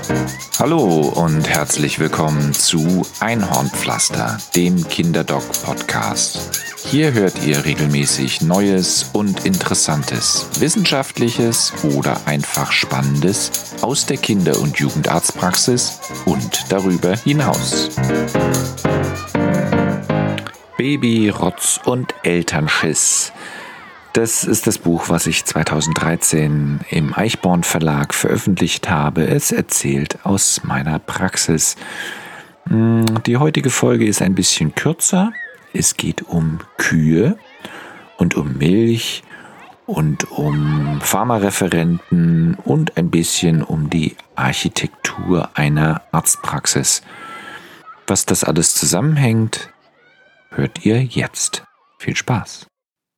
Hallo und herzlich willkommen zu Einhornpflaster, dem Kinderdoc-Podcast. Hier hört ihr regelmäßig Neues und Interessantes, Wissenschaftliches oder einfach Spannendes aus der Kinder- und Jugendarztpraxis und darüber hinaus. Baby, Rotz und Elternschiss. Das ist das Buch, was ich 2013 im Eichborn Verlag veröffentlicht habe. Es erzählt aus meiner Praxis. Die heutige Folge ist ein bisschen kürzer. Es geht um Kühe und um Milch und um Pharmareferenten und ein bisschen um die Architektur einer Arztpraxis. Was das alles zusammenhängt, hört ihr jetzt. Viel Spaß!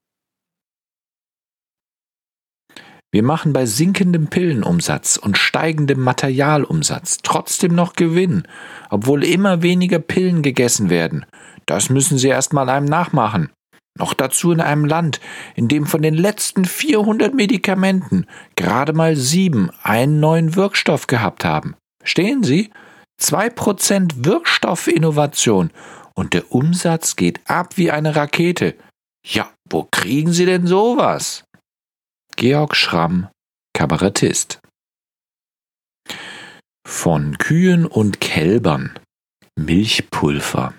Wir machen bei sinkendem Pillenumsatz und steigendem Materialumsatz trotzdem noch Gewinn, obwohl immer weniger Pillen gegessen werden. Das müssen Sie erst mal einem nachmachen. Noch dazu in einem Land, in dem von den letzten 400 Medikamenten gerade mal 7 einen neuen Wirkstoff gehabt haben. Verstehen Sie? 2% Wirkstoffinnovation und der Umsatz geht ab wie eine Rakete. Ja, wo kriegen Sie denn sowas? Georg Schramm, Kabarettist. Von Kühen und Kälbern. Milchpulver.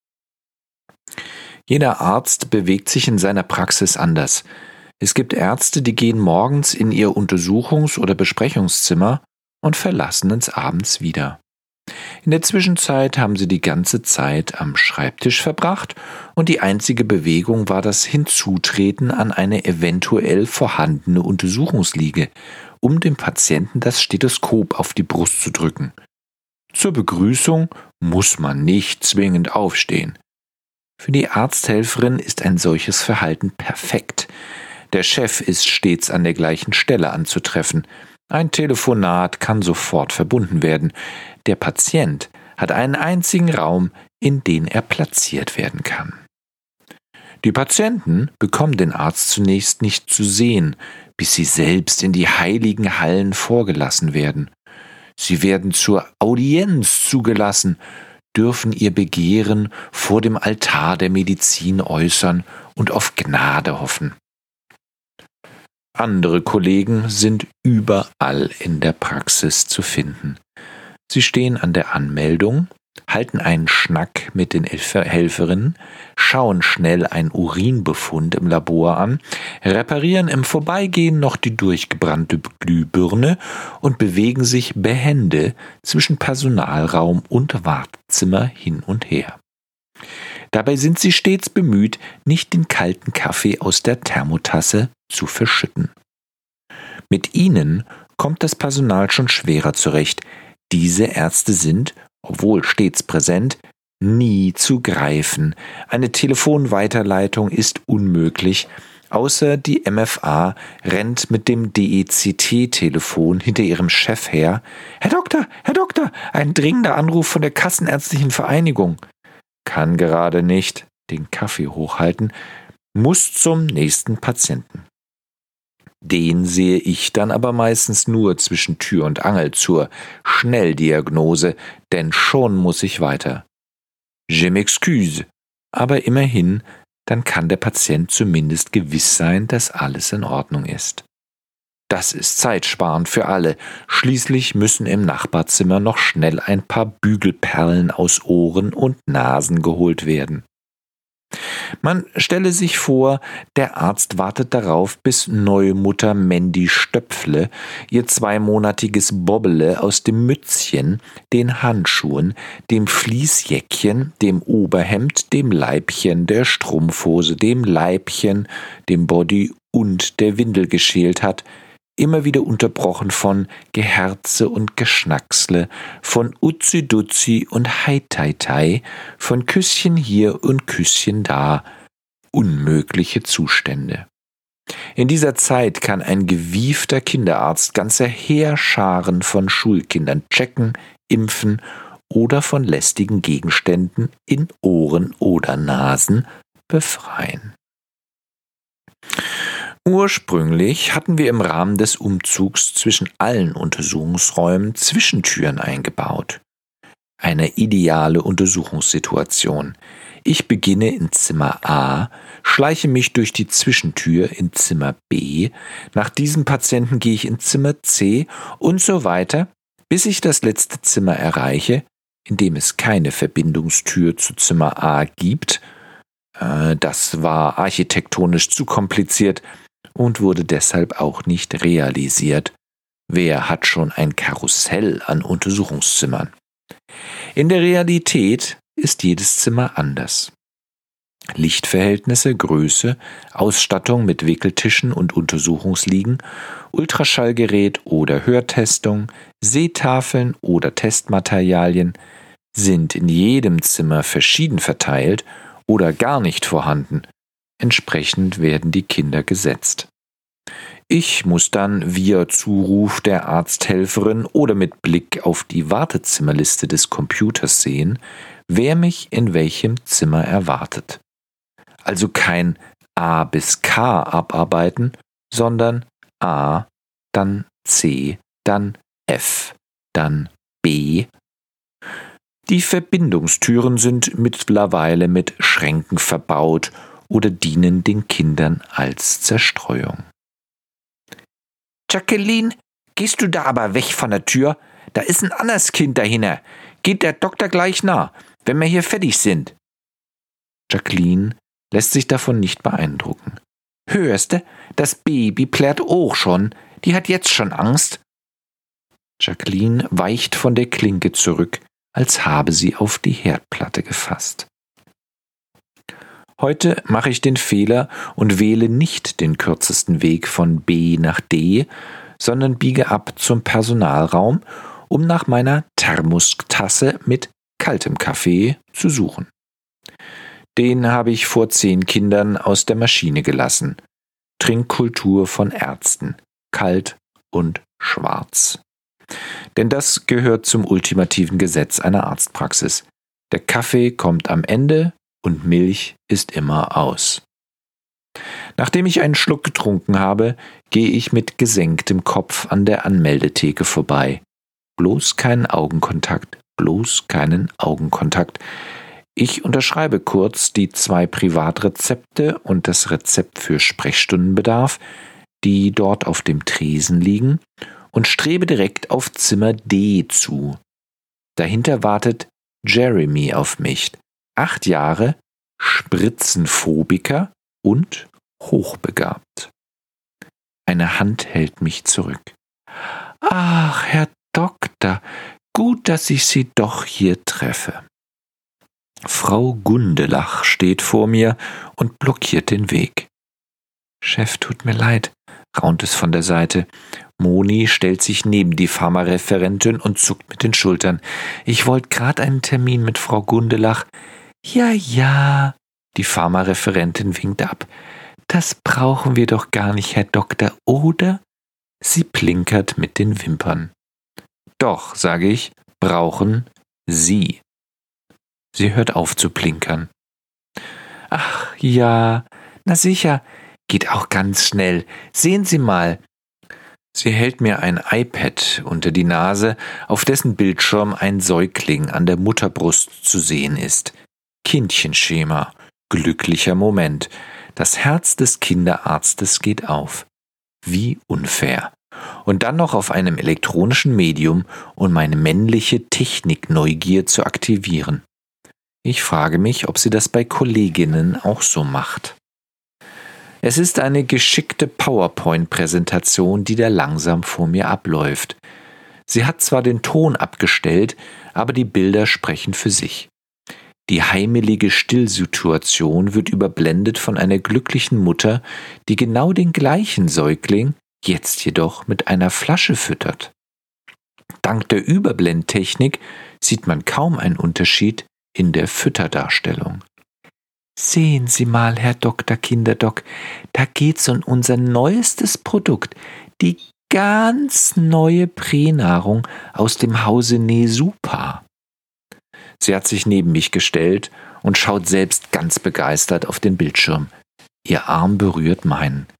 Jeder Arzt bewegt sich in seiner Praxis anders. Es gibt Ärzte, die gehen morgens in ihr Untersuchungs- oder Besprechungszimmer und verlassen es abends wieder. In der Zwischenzeit haben sie die ganze Zeit am Schreibtisch verbracht und die einzige Bewegung war das Hinzutreten an eine eventuell vorhandene Untersuchungsliege, um dem Patienten das Stethoskop auf die Brust zu drücken. Zur Begrüßung muss man nicht zwingend aufstehen. Für die Arzthelferin ist ein solches Verhalten perfekt. Der Chef ist stets an der gleichen Stelle anzutreffen. Ein Telefonat kann sofort verbunden werden. Der Patient hat einen einzigen Raum, in den er platziert werden kann. Die Patienten bekommen den Arzt zunächst nicht zu sehen, bis sie selbst in die heiligen Hallen vorgelassen werden. Sie werden zur Audienz zugelassen, dürfen ihr Begehren vor dem Altar der Medizin äußern und auf Gnade hoffen. Andere Kollegen sind überall in der Praxis zu finden. Sie stehen an der Anmeldung, halten einen Schnack mit den Helferinnen, schauen schnell einen Urinbefund im Labor an, reparieren im Vorbeigehen noch die durchgebrannte Glühbirne und bewegen sich behende zwischen Personalraum und Wartezimmer hin und her. Dabei sind sie stets bemüht, nicht den kalten Kaffee aus der Thermotasse zu verschütten. Mit ihnen kommt das Personal schon schwerer zurecht. Diese Ärzte sind, obwohl stets präsent, nie zu greifen. Eine Telefonweiterleitung ist unmöglich, außer die MFA rennt mit dem DECT-Telefon hinter ihrem Chef her. Herr Doktor, ein dringender Anruf von der Kassenärztlichen Vereinigung. Kann gerade nicht den Kaffee hochhalten, muss zum nächsten Patienten. Den sehe ich dann aber meistens nur zwischen Tür und Angel zur Schnelldiagnose, denn schon muss ich weiter. Je m'excuse, aber immerhin, dann kann der Patient zumindest gewiss sein, dass alles in Ordnung ist. Das ist zeitsparend für alle. Schließlich müssen im Nachbarzimmer noch schnell ein paar Bügelperlen aus Ohren und Nasen geholt werden. Man stelle sich vor, der Arzt wartet darauf, bis Neumutter Mandy Stöpfle ihr 2-monatiges Bobbele aus dem Mützchen, den Handschuhen, dem Fließjäckchen, dem Oberhemd, dem Leibchen, der Strumpfhose, dem Leibchen, dem Body und der Windel geschält hat, immer wieder unterbrochen von Geherze und Geschnacksle, von Uzi-Duzi und Hei-Tai-Tai, von Küsschen hier und Küsschen da. Unmögliche Zustände. In dieser Zeit kann ein gewiefter Kinderarzt ganze Heerscharen von Schulkindern checken, impfen oder von lästigen Gegenständen in Ohren oder Nasen befreien. Ursprünglich hatten wir im Rahmen des Umzugs zwischen allen Untersuchungsräumen Zwischentüren eingebaut. Eine ideale Untersuchungssituation. Ich beginne in Zimmer A, schleiche mich durch die Zwischentür in Zimmer B, nach diesem Patienten gehe ich in Zimmer C und so weiter, bis ich das letzte Zimmer erreiche, in dem es keine Verbindungstür zu Zimmer A gibt. Das war architektonisch zu kompliziert und wurde deshalb auch nicht realisiert. Wer hat schon ein Karussell an Untersuchungszimmern? In der Realität ist jedes Zimmer anders. Lichtverhältnisse, Größe, Ausstattung mit Wickeltischen und Untersuchungsliegen, Ultraschallgerät oder Hörtestung, Sehtafeln oder Testmaterialien sind in jedem Zimmer verschieden verteilt oder gar nicht vorhanden. Entsprechend werden die Kinder gesetzt. Ich muss dann via Zuruf der Arzthelferin oder mit Blick auf die Wartezimmerliste des Computers sehen, wer mich in welchem Zimmer erwartet. Also kein A bis K abarbeiten, sondern A, dann C, dann F, dann B. Die Verbindungstüren sind mittlerweile mit Schränken verbaut oder dienen den Kindern als Zerstreuung. Jacqueline, gehst du da aber weg von der Tür? Da ist ein anderes Kind dahinter. Geht der Doktor gleich nah, wenn wir hier fertig sind. Jacqueline lässt sich davon nicht beeindrucken. Hörste, das Baby plärt auch schon. Die hat jetzt schon Angst. Jacqueline weicht von der Klinke zurück, als habe sie auf die Herdplatte gefasst. Heute mache ich den Fehler und wähle nicht den kürzesten Weg von B nach D, sondern biege ab zum Personalraum, um nach meiner Thermostasse mit kaltem Kaffee zu suchen. Den habe ich vor 10 Kindern aus der Maschine gelassen. Trinkkultur von Ärzten, kalt und schwarz. Denn das gehört zum ultimativen Gesetz einer Arztpraxis. Der Kaffee kommt am Ende und Milch ist immer aus. Nachdem ich einen Schluck getrunken habe, gehe ich mit gesenktem Kopf an der Anmeldetheke vorbei. Bloß keinen Augenkontakt, bloß keinen Augenkontakt. Ich unterschreibe kurz die 2 Privatrezepte und das Rezept für Sprechstundenbedarf, die dort auf dem Tresen liegen, und strebe direkt auf Zimmer D zu. Dahinter wartet Jeremy auf mich. 8 Jahre, Spritzenphobiker und hochbegabt. Eine Hand hält mich zurück. Ach, Herr Doktor, gut, dass ich Sie doch hier treffe. Frau Gundelach steht vor mir und blockiert den Weg. Chef, tut mir leid, raunt es von der Seite. Moni stellt sich neben die Pharmareferentin und zuckt mit den Schultern. Ich wollte gerade einen Termin mit Frau Gundelach. Ja, die Pharmareferentin winkt ab. Das brauchen wir doch gar nicht, Herr Doktor, oder? Sie plinkert mit den Wimpern. Doch, sage ich, brauchen Sie. Sie hört auf zu plinkern. Ach ja, na sicher, geht auch ganz schnell. Sehen Sie mal. Sie hält mir ein iPad unter die Nase, auf dessen Bildschirm ein Säugling an der Mutterbrust zu sehen ist. Kindchenschema. Glücklicher Moment. Das Herz des Kinderarztes geht auf. Wie unfair. Und dann noch auf einem elektronischen Medium, um meine männliche Technikneugier zu aktivieren. Ich frage mich, ob sie das bei Kolleginnen auch so macht. Es ist eine geschickte PowerPoint-Präsentation, die da langsam vor mir abläuft. Sie hat zwar den Ton abgestellt, aber die Bilder sprechen für sich. Die heimelige Stillsituation wird überblendet von einer glücklichen Mutter, die genau den gleichen Säugling, jetzt jedoch mit einer Flasche füttert. Dank der Überblendtechnik sieht man kaum einen Unterschied in der Fütterdarstellung. Sehen Sie mal, Herr Dr. Kinderdoc, da geht's um unser neuestes Produkt, die ganz neue Pränahrung aus dem Hause Nesupa. Sie hat sich neben mich gestellt und schaut selbst ganz begeistert auf den Bildschirm. Ihr Arm berührt meinen.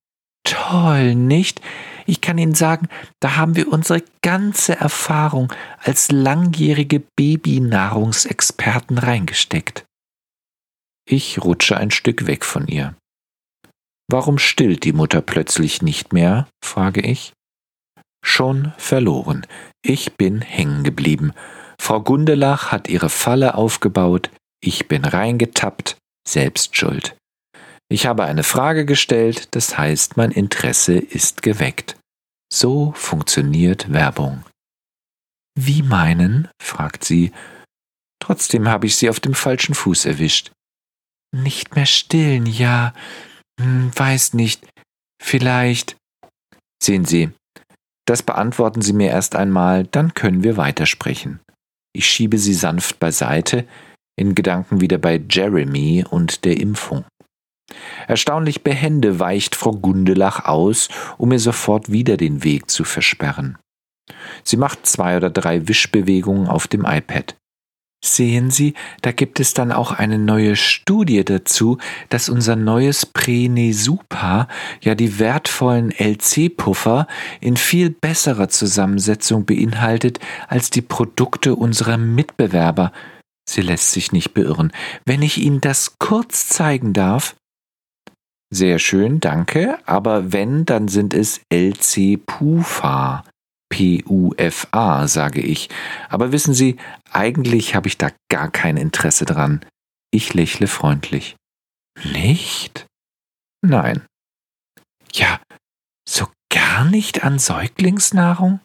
Toll, nicht? Ich kann Ihnen sagen, da haben wir unsere ganze Erfahrung als langjährige Babynahrungsexperten reingesteckt. Ich rutsche ein Stück weg von ihr. Warum stillt die Mutter plötzlich nicht mehr? Frage ich. Schon verloren. Ich bin hängen geblieben. Frau Gundelach hat ihre Falle aufgebaut. Ich bin reingetappt. Selbst schuld. Ich habe eine Frage gestellt, das heißt, mein Interesse ist geweckt. So funktioniert Werbung. Wie meinen? Fragt sie. Trotzdem habe ich sie auf dem falschen Fuß erwischt. Nicht mehr stillen, ja. Weiß nicht. Vielleicht. Sehen Sie, das beantworten Sie mir erst einmal, dann können wir weitersprechen. Ich schiebe sie sanft beiseite, in Gedanken wieder bei Jeremy und der Impfung. Erstaunlich behende weicht Frau Gundelach aus, um mir sofort wieder den Weg zu versperren. Sie macht 2 oder 3 Wischbewegungen auf dem iPad. Sehen Sie, da gibt es dann auch eine neue Studie dazu, dass unser neues Prenesupa, ja die wertvollen LC-Puffer, in viel besserer Zusammensetzung beinhaltet als die Produkte unserer Mitbewerber. Sie lässt sich nicht beirren. Wenn ich Ihnen das kurz zeigen darf. Sehr schön, danke, aber wenn, dann sind es LC-Pufa. Pufa, sage ich. Aber wissen Sie, eigentlich habe ich da gar kein Interesse dran. Ich lächle freundlich. Nicht? Nein. Ja, so gar nicht an Säuglingsnahrung?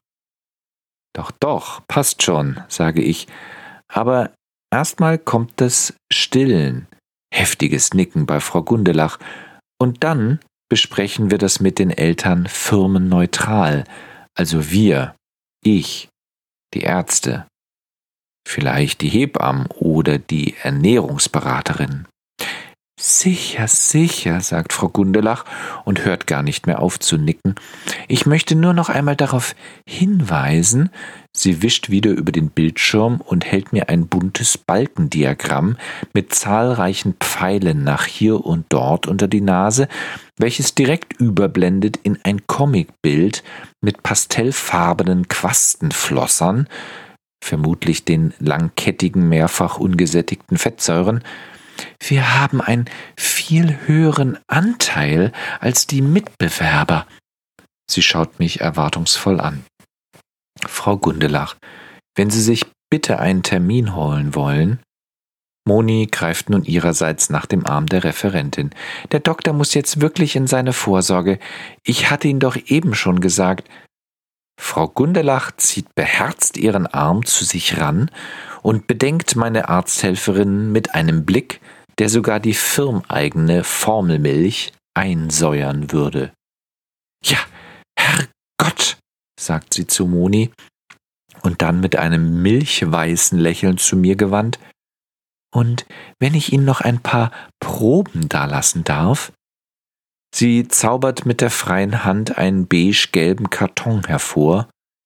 Doch, passt schon, sage ich. Aber erstmal kommt das Stillen. Heftiges Nicken bei Frau Gundelach. Und dann besprechen wir das mit den Eltern firmenneutral. Also wir, ich, die Ärzte, vielleicht die Hebammen oder die Ernährungsberaterin. Sicher, sagt Frau Gundelach und hört gar nicht mehr auf zu nicken. Ich möchte nur noch einmal darauf hinweisen, sie wischt wieder über den Bildschirm und hält mir ein buntes Balkendiagramm mit zahlreichen Pfeilen nach hier und dort unter die Nase, welches direkt überblendet in ein Comicbild mit pastellfarbenen Quastenflossern, vermutlich den langkettigen, mehrfach ungesättigten Fettsäuren. Wir haben einen viel höheren Anteil als die Mitbewerber. Sie schaut mich erwartungsvoll an. Frau Gundelach, wenn Sie sich bitte einen Termin holen wollen. Moni greift nun ihrerseits nach dem Arm der Referentin. Der Doktor muss jetzt wirklich in seine Vorsorge. Ich hatte ihn doch eben schon gesagt. Frau Gundelach zieht beherzt ihren Arm zu sich ran und bedenkt meine Arzthelferin mit einem Blick, der sogar die firmeigene Formelmilch einsäuern würde. Ja, Herrgott, sagt sie zu Moni und dann mit einem milchweißen Lächeln zu mir gewandt. Und wenn ich Ihnen noch ein paar Proben dalassen darf? Sie zaubert mit der freien Hand einen beige-gelben Karton hervor,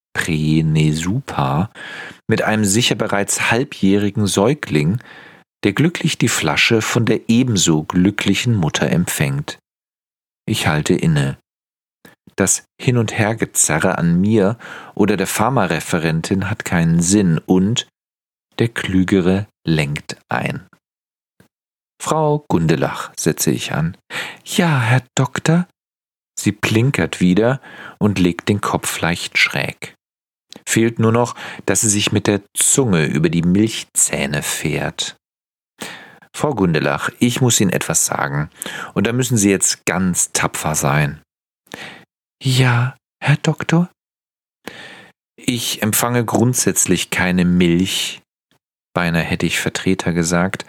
Prenesupa, mit einem sicher bereits halbjährigen Säugling, der glücklich die Flasche von der ebenso glücklichen Mutter empfängt. Ich halte inne. Das Hin- und Hergezerre an mir oder der Pharmareferentin hat keinen Sinn und der Klügere lenkt ein. Frau Gundelach, setze ich an. Ja, Herr Doktor. Sie plinkert wieder und legt den Kopf leicht schräg. Fehlt nur noch, dass sie sich mit der Zunge über die Milchzähne fährt. Frau Gundelach, ich muss Ihnen etwas sagen, und da müssen Sie jetzt ganz tapfer sein. Ja, Herr Doktor? Ich empfange grundsätzlich keine Milch, beinahe hätte ich Vertreter gesagt,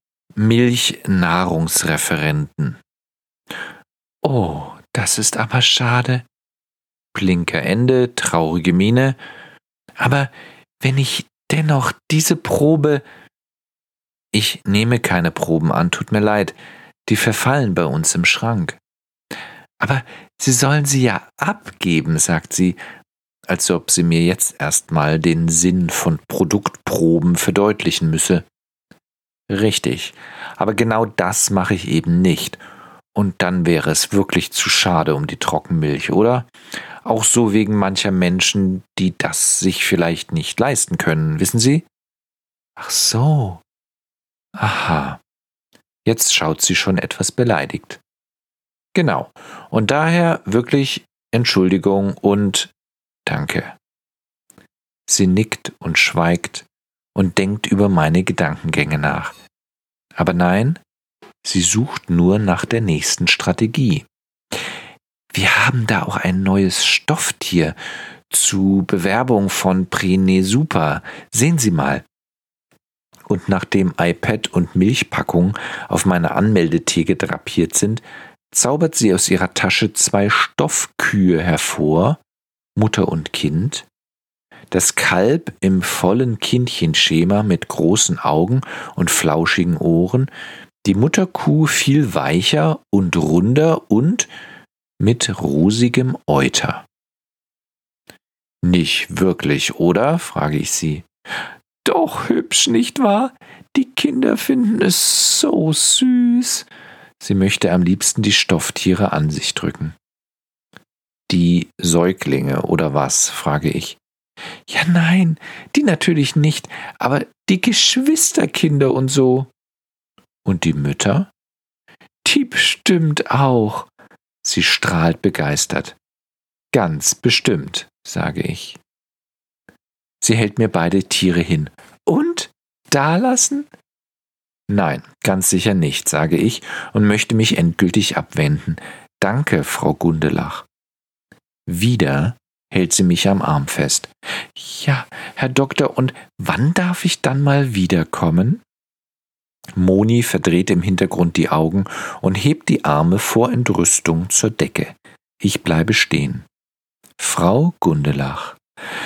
Milchnahrungsreferenten. Oh, das ist aber schade. Blinkerende, traurige Miene. Aber wenn ich dennoch diese Probe... Ich nehme keine Proben an, tut mir leid. Die verfallen bei uns im Schrank. Aber Sie sollen sie ja abgeben, sagt sie, als ob sie mir jetzt erstmal den Sinn von Produktproben verdeutlichen müsse. Richtig, aber genau das mache ich eben nicht. Und dann wäre es wirklich zu schade um die Trockenmilch, oder? Auch so wegen mancher Menschen, die das sich vielleicht nicht leisten können, wissen Sie? Ach so. Aha. Jetzt schaut sie schon etwas beleidigt. Genau. Und daher wirklich Entschuldigung und Danke. Sie nickt und schweigt und denkt über meine Gedankengänge nach. Aber nein, sie sucht nur nach der nächsten Strategie. Wir haben da auch ein neues Stofftier zu Bewerbung von Prenesuper. Sehen Sie mal. Und nachdem iPad und Milchpackung auf meiner Anmeldetheke drapiert sind, zaubert sie aus ihrer Tasche 2 Stoffkühe hervor, Mutter und Kind, das Kalb im vollen Kindchenschema mit großen Augen und flauschigen Ohren, die Mutterkuh viel weicher und runder und mit rosigem Euter. Nicht wirklich, oder? Frage ich sie. Doch hübsch, nicht wahr? Die Kinder finden es so süß. Sie möchte am liebsten die Stofftiere an sich drücken. Die Säuglinge oder was? Frage ich. Ja, nein, die natürlich nicht, aber die Geschwisterkinder und so. Und die Mütter? Die bestimmt auch. Sie strahlt begeistert. Ganz bestimmt, sage ich. Sie hält mir beide Tiere hin. Und? Da lassen? Nein, ganz sicher nicht, sage ich und möchte mich endgültig abwenden. Danke, Frau Gundelach. Wieder hält sie mich am Arm fest. Ja, Herr Doktor, und wann darf ich dann mal wiederkommen? Moni verdreht im Hintergrund die Augen und hebt die Arme vor Entrüstung zur Decke. Ich bleibe stehen. Frau Gundelach.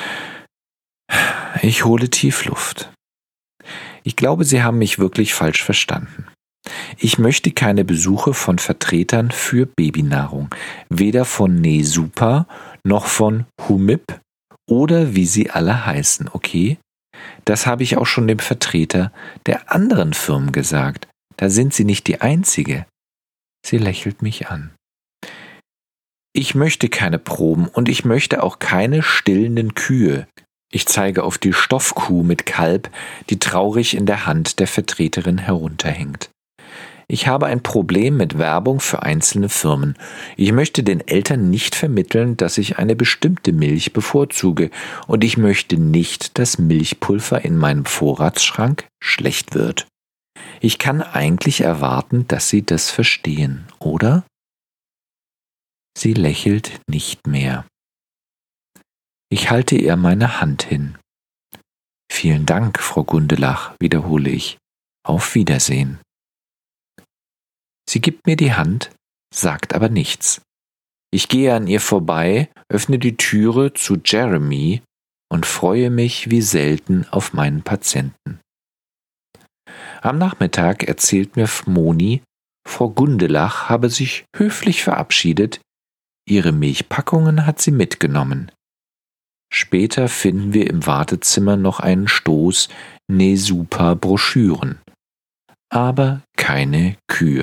Ich hole tief Luft. Ich glaube, Sie haben mich wirklich falsch verstanden. Ich möchte keine Besuche von Vertretern für Babynahrung, weder von Nesupa noch von Humip oder wie sie alle heißen, okay? Das habe ich auch schon dem Vertreter der anderen Firmen gesagt. Da sind Sie nicht die Einzige. Sie lächelt mich an. Ich möchte keine Proben und ich möchte auch keine stillenden Kühe. Ich zeige auf die Stoffkuh mit Kalb, die traurig in der Hand der Vertreterin herunterhängt. Ich habe ein Problem mit Werbung für einzelne Firmen. Ich möchte den Eltern nicht vermitteln, dass ich eine bestimmte Milch bevorzuge, und ich möchte nicht, dass Milchpulver in meinem Vorratsschrank schlecht wird. Ich kann eigentlich erwarten, dass Sie das verstehen, oder? Sie lächelt nicht mehr. Ich halte ihr meine Hand hin. Vielen Dank, Frau Gundelach, wiederhole ich. Auf Wiedersehen. Sie gibt mir die Hand, sagt aber nichts. Ich gehe an ihr vorbei, öffne die Türe zu Jeremy und freue mich wie selten auf meinen Patienten. Am Nachmittag erzählt mir Moni, Frau Gundelach habe sich höflich verabschiedet, ihre Milchpackungen hat sie mitgenommen. Später finden wir im Wartezimmer noch einen Stoß Nesupa-Broschüren, aber keine Kühe.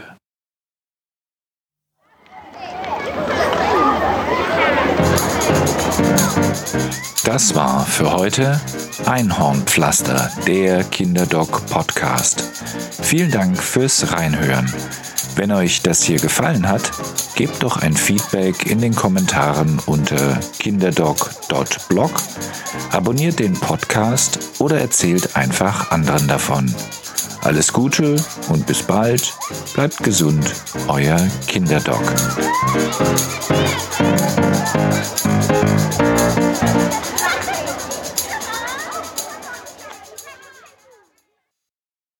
Das war für heute Einhornpflaster, der Kinderdoc-Podcast. Vielen Dank fürs Reinhören. Wenn euch das hier gefallen hat, gebt doch ein Feedback in den Kommentaren unter kinderdoc.blog, abonniert den Podcast oder erzählt einfach anderen davon. Alles Gute und bis bald. Bleibt gesund, euer Kinderdoc.